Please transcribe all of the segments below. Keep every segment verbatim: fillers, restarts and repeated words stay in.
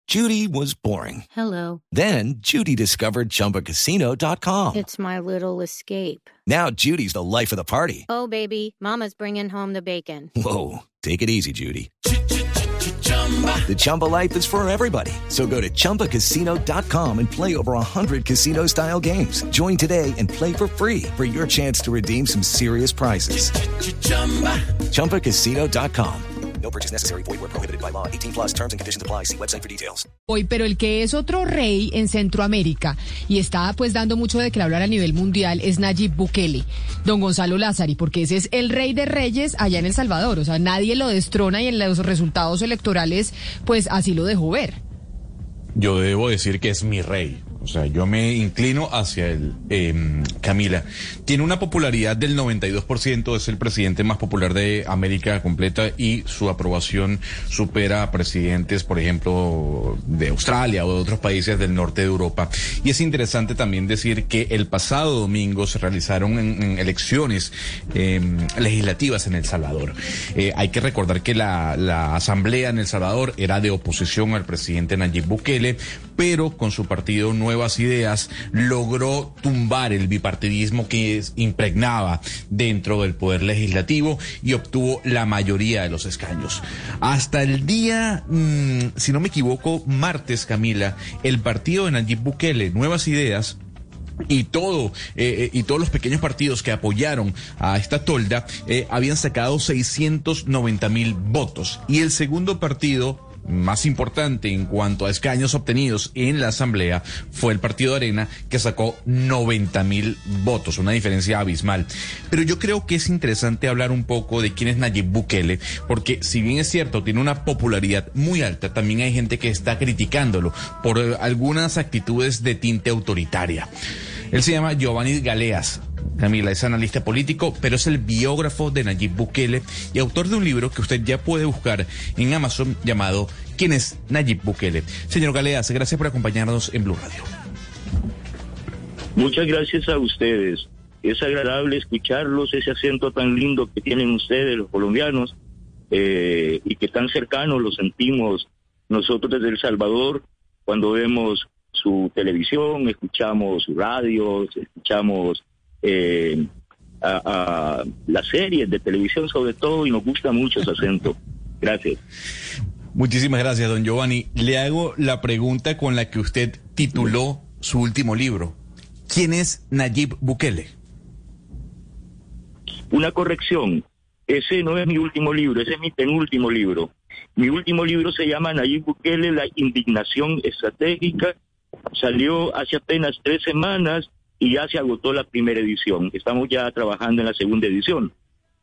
Judy was boring. Hello. Then Judy discovered Chumba Casino dot com. It's my little escape. Now Judy's the life of the party. Oh, baby, mama's bringing home the bacon. Whoa, take it easy, Judy. The Chumba life is for everybody. So go to Chumba Casino dot com and play over one hundred casino-style games. Join today and play for free for your chance to redeem some serious prizes. Chumba Casino dot com. No purchase necessary. Void where prohibited by law. eighteen plus terms and conditions apply. See website for details. Hoy, pero el que es otro rey en Centroamérica y está pues dando mucho de que hablar a nivel mundial es Nayib Bukele, don Gonzalo Lázari, porque ese es el rey de reyes allá en El Salvador. O sea, nadie lo destrona y en los resultados electorales pues así lo dejó ver. Yo debo decir que es mi rey. O sea, yo me inclino hacia él. Eh, Camila, tiene una popularidad del noventa y dos por ciento, es el presidente más popular de América completa y su aprobación supera a presidentes, por ejemplo, de Australia o de otros países del norte de Europa. Y es interesante también decir que el pasado domingo se realizaron en, en elecciones eh, legislativas en El Salvador. Eh, hay que recordar que la, la asamblea en El Salvador era de oposición al presidente Nayib Bukele, pero con su partido Nuevas Ideas logró tumbar el bipartidismo que es, impregnaba dentro del poder legislativo y obtuvo la mayoría de los escaños. Hasta el día, mmm, si no me equivoco, martes, Camila, el partido de Nayib Bukele, Nuevas Ideas, y todo eh, y todos los pequeños partidos que apoyaron a esta tolda eh, habían sacado seiscientos noventa mil votos, y el segundo partido más importante en cuanto a escaños obtenidos en la asamblea fue el partido Arena, que sacó noventa mil votos, una diferencia abismal. Pero yo creo que es interesante hablar un poco de quién es Nayib Bukele, porque si bien es cierto, tiene una popularidad muy alta, también hay gente que está criticándolo por eh, algunas actitudes de tinte autoritaria. Él se llama Giovanni Galeas. Camila, es analista político, pero es el biógrafo de Nayib Bukele y autor de un libro que usted ya puede buscar en Amazon llamado ¿Quién es Nayib Bukele? Señor Galeas, gracias por acompañarnos en Blue Radio. Muchas gracias a ustedes. Es agradable escucharlos, ese acento tan lindo que tienen ustedes, los colombianos, eh, y que tan cercanos lo sentimos nosotros desde El Salvador cuando vemos su televisión, escuchamos su radio, escuchamos eh, a, a las series de televisión sobre todo, y nos gusta mucho su acento. Gracias. Muchísimas gracias, don Giovanni. Le hago la pregunta con la que usted tituló su último libro. ¿Quién es Nayib Bukele? Una corrección. Ese no es mi último libro, ese es mi penúltimo libro. Mi último libro se llama Nayib Bukele, la indignación estratégica. Salió hace apenas tres semanas y ya se agotó la primera edición. Estamos ya trabajando en la segunda edición.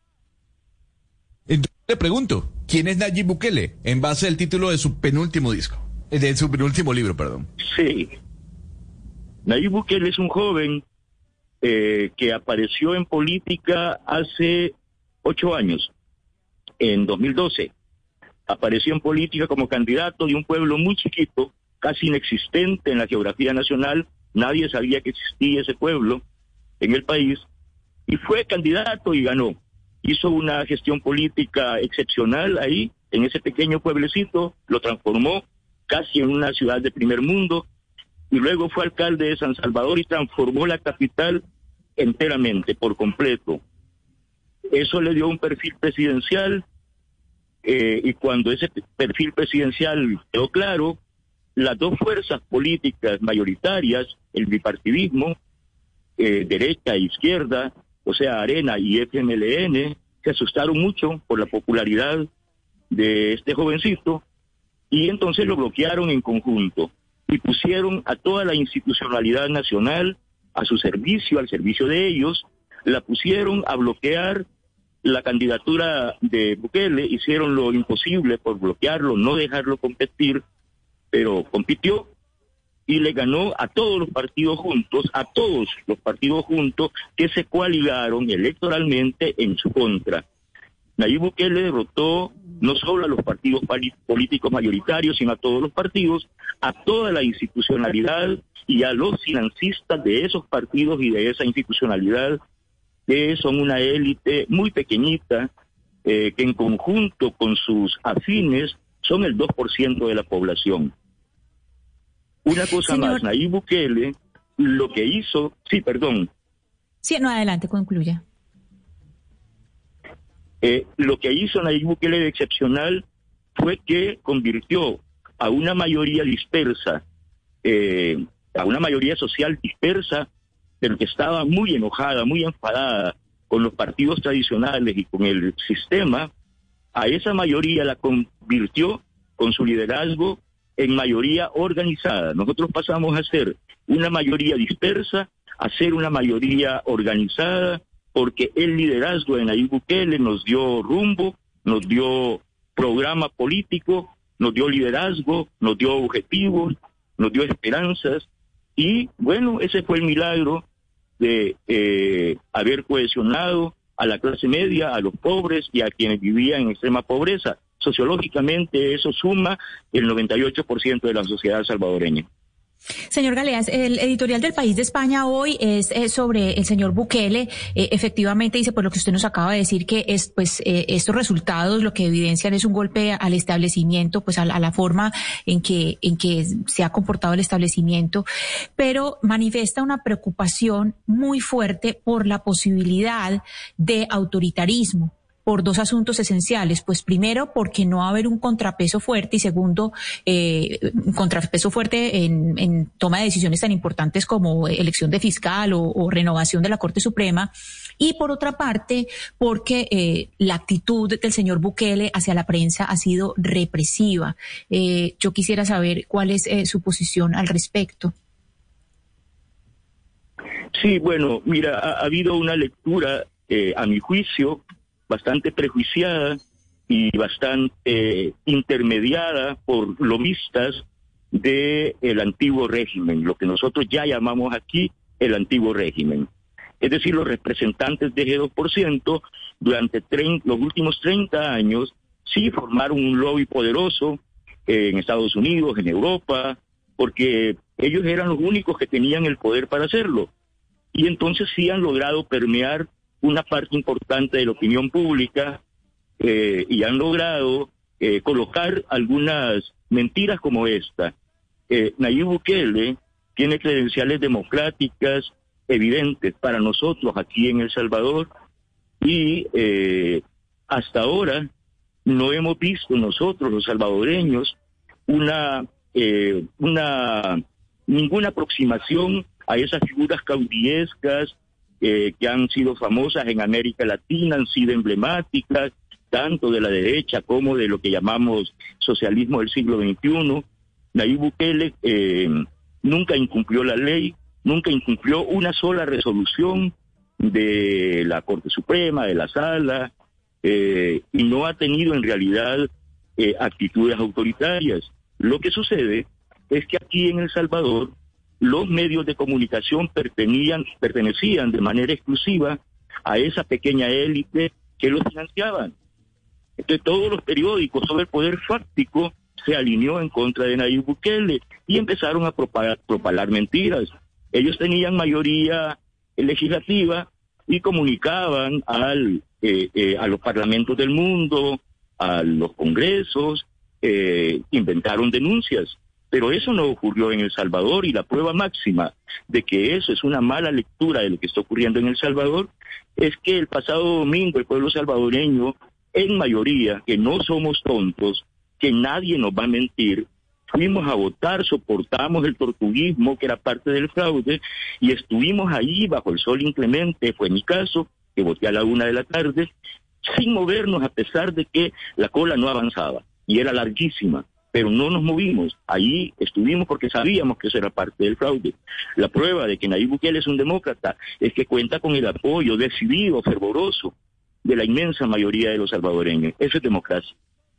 Entonces le pregunto, ¿quién es Nayib Bukele? En base al título de su penúltimo disco, de su penúltimo libro, perdón. Sí. Nayib Bukele es un joven eh, que apareció en política hace ocho años, en dos mil doce. Apareció en política como candidato de un pueblo muy chiquito, casi inexistente en la geografía nacional. Nadie sabía que existía ese pueblo en el país, y fue candidato y ganó. Hizo una gestión política excepcional ahí, en ese pequeño pueblecito, lo transformó casi en una ciudad de primer mundo, y luego fue alcalde de San Salvador y transformó la capital enteramente, por completo. Eso le dio un perfil presidencial, eh, y cuando ese perfil presidencial quedó claro, las dos fuerzas políticas mayoritarias, el bipartidismo, eh, derecha e izquierda, o sea, Arena y F M L N, se asustaron mucho por la popularidad de este jovencito, y entonces lo bloquearon en conjunto y pusieron a toda la institucionalidad nacional a su servicio, al servicio de ellos. La pusieron a bloquear la candidatura de Bukele, hicieron lo imposible por bloquearlo, no dejarlo competir, pero compitió y le ganó a todos los partidos juntos, a todos los partidos juntos que se coaligaron electoralmente en su contra. Nayib Bukele derrotó no solo a los partidos políticos mayoritarios, sino a todos los partidos, a toda la institucionalidad y a los financistas de esos partidos y de esa institucionalidad, que son una élite muy pequeñita, eh, que en conjunto con sus afines son el dos por ciento de la población. Una cosa Señor... más, Nayib Bukele, lo que hizo, sí, perdón. Sí, no, adelante, concluya. Eh, lo que hizo Nayib Bukele de excepcional fue que convirtió a una mayoría dispersa, eh, a una mayoría social dispersa, pero que estaba muy enojada, muy enfadada con los partidos tradicionales y con el sistema, a esa mayoría la convirtió con su liderazgo en mayoría organizada. Nosotros pasamos a ser una mayoría dispersa a ser una mayoría organizada, porque el liderazgo de Nayib Bukele nos dio rumbo, nos dio programa político, nos dio liderazgo, nos dio objetivos, nos dio esperanzas, y bueno, ese fue el milagro de eh, haber cohesionado a la clase media, a los pobres y a quienes vivían en extrema pobreza. Sociológicamente eso suma el noventa y ocho por ciento de la sociedad salvadoreña. Señor Galeas, el editorial del País de España hoy es, es sobre el señor Bukele. Eh, efectivamente dice, pues lo que usted nos acaba de decir, que es, pues eh, estos resultados lo que evidencian es un golpe al establecimiento, pues a, a la forma en que en que se ha comportado el establecimiento, pero manifiesta una preocupación muy fuerte por la posibilidad de autoritarismo, por dos asuntos esenciales. Pues primero, porque no va a haber un contrapeso fuerte, y segundo, eh, un contrapeso fuerte en, en toma de decisiones tan importantes como elección de fiscal o, o renovación de la Corte Suprema. Y por otra parte, porque eh, la actitud del señor Bukele hacia la prensa ha sido represiva. Eh, yo quisiera saber cuál es eh, su posición al respecto. Sí, bueno, mira, ha, ha habido una lectura, eh, a mi juicio, bastante prejuiciada y bastante eh, intermediada por lobistas del antiguo régimen, lo que nosotros ya llamamos aquí el antiguo régimen. Es decir, los representantes de G dos por ciento durante treinta, los últimos treinta años sí formaron un lobby poderoso eh, en Estados Unidos, en Europa, porque ellos eran los únicos que tenían el poder para hacerlo. Y entonces sí han logrado permear una parte importante de la opinión pública eh, y han logrado eh, colocar algunas mentiras como esta. Eh, Nayib Bukele tiene credenciales democráticas evidentes para nosotros aquí en El Salvador, y eh, hasta ahora no hemos visto nosotros los salvadoreños una, eh, una ninguna aproximación a esas figuras caudillescas Eh, que han sido famosas en América Latina, han sido emblemáticas, tanto de la derecha como de lo que llamamos socialismo del siglo veintiuno. Nayib Bukele eh, nunca incumplió la ley, nunca incumplió una sola resolución de la Corte Suprema, de la Sala, eh, y no ha tenido en realidad eh, actitudes autoritarias. Lo que sucede es que aquí en El Salvador los medios de comunicación pertenecían, pertenecían de manera exclusiva a esa pequeña élite que los financiaban. Entonces todos los periódicos, todo el poder fáctico se alineó en contra de Nayib Bukele y empezaron a propagar, propalar mentiras. Ellos tenían mayoría legislativa y comunicaban al, eh, eh, a los parlamentos del mundo, a los congresos, eh, inventaron denuncias. Pero eso no ocurrió en El Salvador, y la prueba máxima de que eso es una mala lectura de lo que está ocurriendo en El Salvador es que el pasado domingo el pueblo salvadoreño, en mayoría, que no somos tontos, que nadie nos va a mentir, fuimos a votar, soportamos el tortuguismo que era parte del fraude y estuvimos ahí bajo el sol inclemente. Fue mi caso, que voté a la una de la tarde, sin movernos a pesar de que la cola no avanzaba y era larguísima. Pero no nos movimos, ahí estuvimos porque sabíamos que eso era parte del fraude. La prueba de que Nayib Bukele es un demócrata es que cuenta con el apoyo decidido, fervoroso, de la inmensa mayoría de los salvadoreños. Eso es democracia.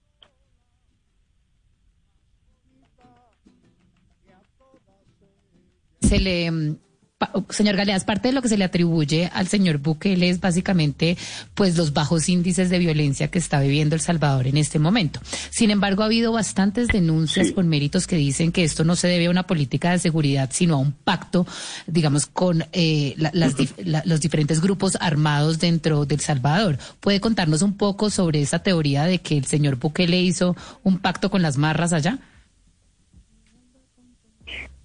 Se le... Señor Galeas, parte de lo que se le atribuye al señor Bukele es básicamente pues los bajos índices de violencia que está viviendo El Salvador en este momento. Sin embargo, ha habido bastantes denuncias sí. por méritos que dicen que esto no se debe a una política de seguridad, sino a un pacto, digamos, con eh, la, las, dif la, los diferentes grupos armados dentro de El Salvador. ¿Puede contarnos un poco sobre esa teoría de que el señor Bukele hizo un pacto con las marras allá?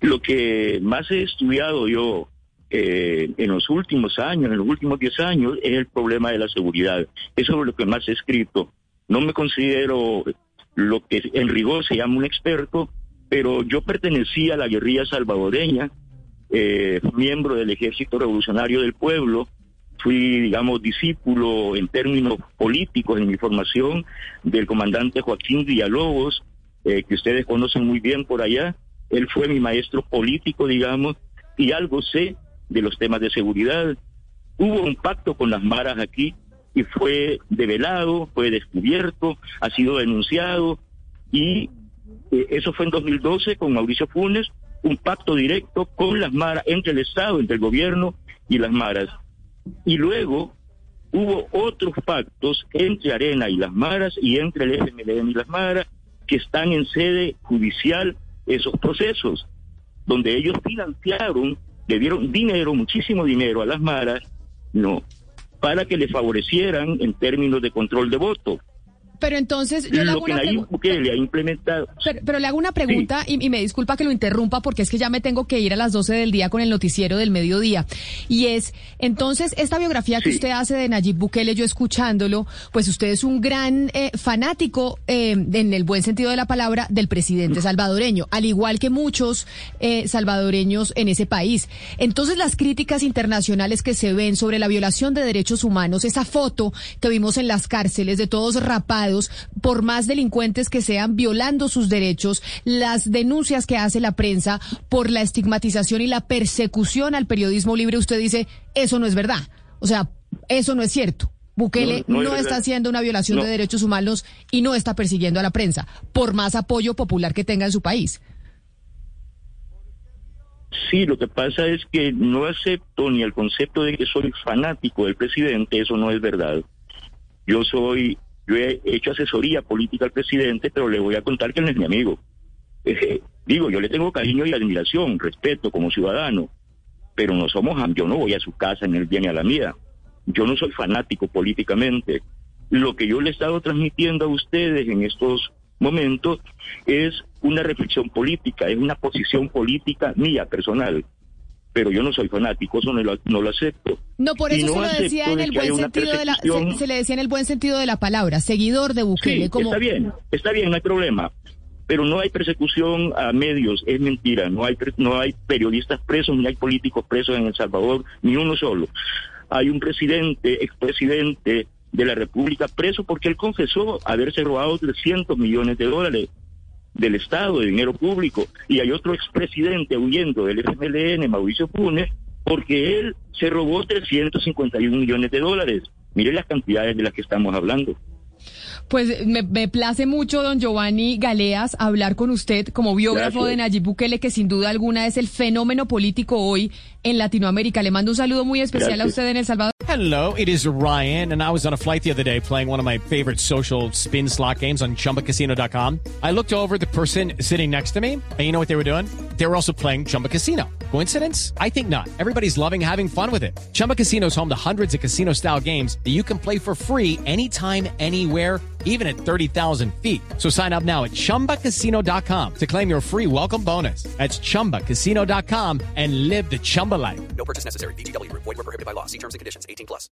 Lo que más he estudiado yo eh, en los últimos años, en los últimos diez años, es el problema de la seguridad. Eso es lo que más he escrito. No me considero lo que en rigor se llama un experto, pero yo pertenecía a la guerrilla salvadoreña, eh, miembro del Ejército Revolucionario del Pueblo, fui, digamos, discípulo en términos políticos en mi formación del comandante Joaquín Villalobos, eh, que ustedes conocen muy bien por allá. Él fue mi maestro político, digamos, y algo sé de los temas de seguridad. Hubo un pacto con las maras aquí y fue develado, fue descubierto, ha sido denunciado, y eh, eso fue en dos mil doce con Mauricio Funes, un pacto directo con las maras, entre el Estado, entre el gobierno y las maras. Y luego hubo otros pactos entre Arena y las maras y entre el F M L N y las maras, que están en sede judicial esos procesos, donde ellos financiaron, le dieron dinero, muchísimo dinero a las maras, no, para que le favorecieran en términos de control de voto. Pero entonces yo le hago lo que una Nayib Bukele ha implementado. Pero, pero le hago una pregunta, sí. y, y me disculpa que lo interrumpa porque es que ya me tengo que ir a las doce del día con el noticiero del mediodía. Y es, entonces, esta biografía que sí. usted hace de Nayib Bukele, yo escuchándolo, pues usted es un gran eh, fanático, eh, en el buen sentido de la palabra, del presidente salvadoreño, al igual que muchos eh, salvadoreños en ese país. Entonces, las críticas internacionales que se ven sobre la violación de derechos humanos, esa foto que vimos en las cárceles de todos rapados, por más delincuentes que sean, violando sus derechos, las denuncias que hace la prensa por la estigmatización y la persecución al periodismo libre, usted dice, eso no es verdad. O sea, eso no es cierto. Bukele no, no, no está haciendo una violación no. de derechos humanos y no está persiguiendo a la prensa, por más apoyo popular que tenga en su país. Sí, lo que pasa es que no acepto ni el concepto de que soy fanático del presidente, eso no es verdad. Yo soy... Yo he hecho asesoría política al presidente, pero le voy a contar que él no es mi amigo. Eh, digo, yo le tengo cariño y admiración, respeto como ciudadano, pero no somos, yo no voy a su casa ni él viene a la mía. Yo no soy fanático políticamente. Lo que yo le he estado transmitiendo a ustedes en estos momentos es una reflexión política, es una posición política mía, personal. Pero yo no soy fanático, eso no lo, no lo acepto. No, por eso no se lo decía en el buen sentido de la, se, se le decía en el buen sentido de la palabra, seguidor de Bukele. Sí, como... está bien, está bien, no hay problema. Pero no hay persecución a medios, es mentira. No hay, no hay periodistas presos, ni hay políticos presos en El Salvador, ni uno solo. Hay un presidente, expresidente de la República preso porque él confesó haberse robado trescientos millones de dólares del Estado, de dinero público, y hay otro expresidente huyendo del F M L N, Mauricio Funes, porque él se robó trescientos cincuenta y un millones de dólares. Mire las cantidades de las que estamos hablando. Pues me, me place mucho, don Giovanni Galeas, hablar con usted como biógrafo Gracias. de Nayib Bukele, que sin duda alguna es el fenómeno político hoy en Latinoamérica. Le mando un saludo muy especial Gracias. a usted en El Salvador. Hello, it is Ryan, and I was on a flight the other day playing one of my favorite social spin slot games on Chumba Casino dot com. I looked over at the person sitting next to me, and you know what they were doing? They were also playing Chumba Casino. Coincidence? I think not. Everybody's loving having fun with it. Chumba Casino is home to hundreds of casino-style games that you can play for free anytime, anywhere, even at thirty thousand feet. So sign up now at Chumba Casino dot com to claim your free welcome bonus. That's Chumba Casino dot com and live the Chumba life. No purchase necessary. V G W. Void where prohibited by law. See terms and conditions. eighteen plus.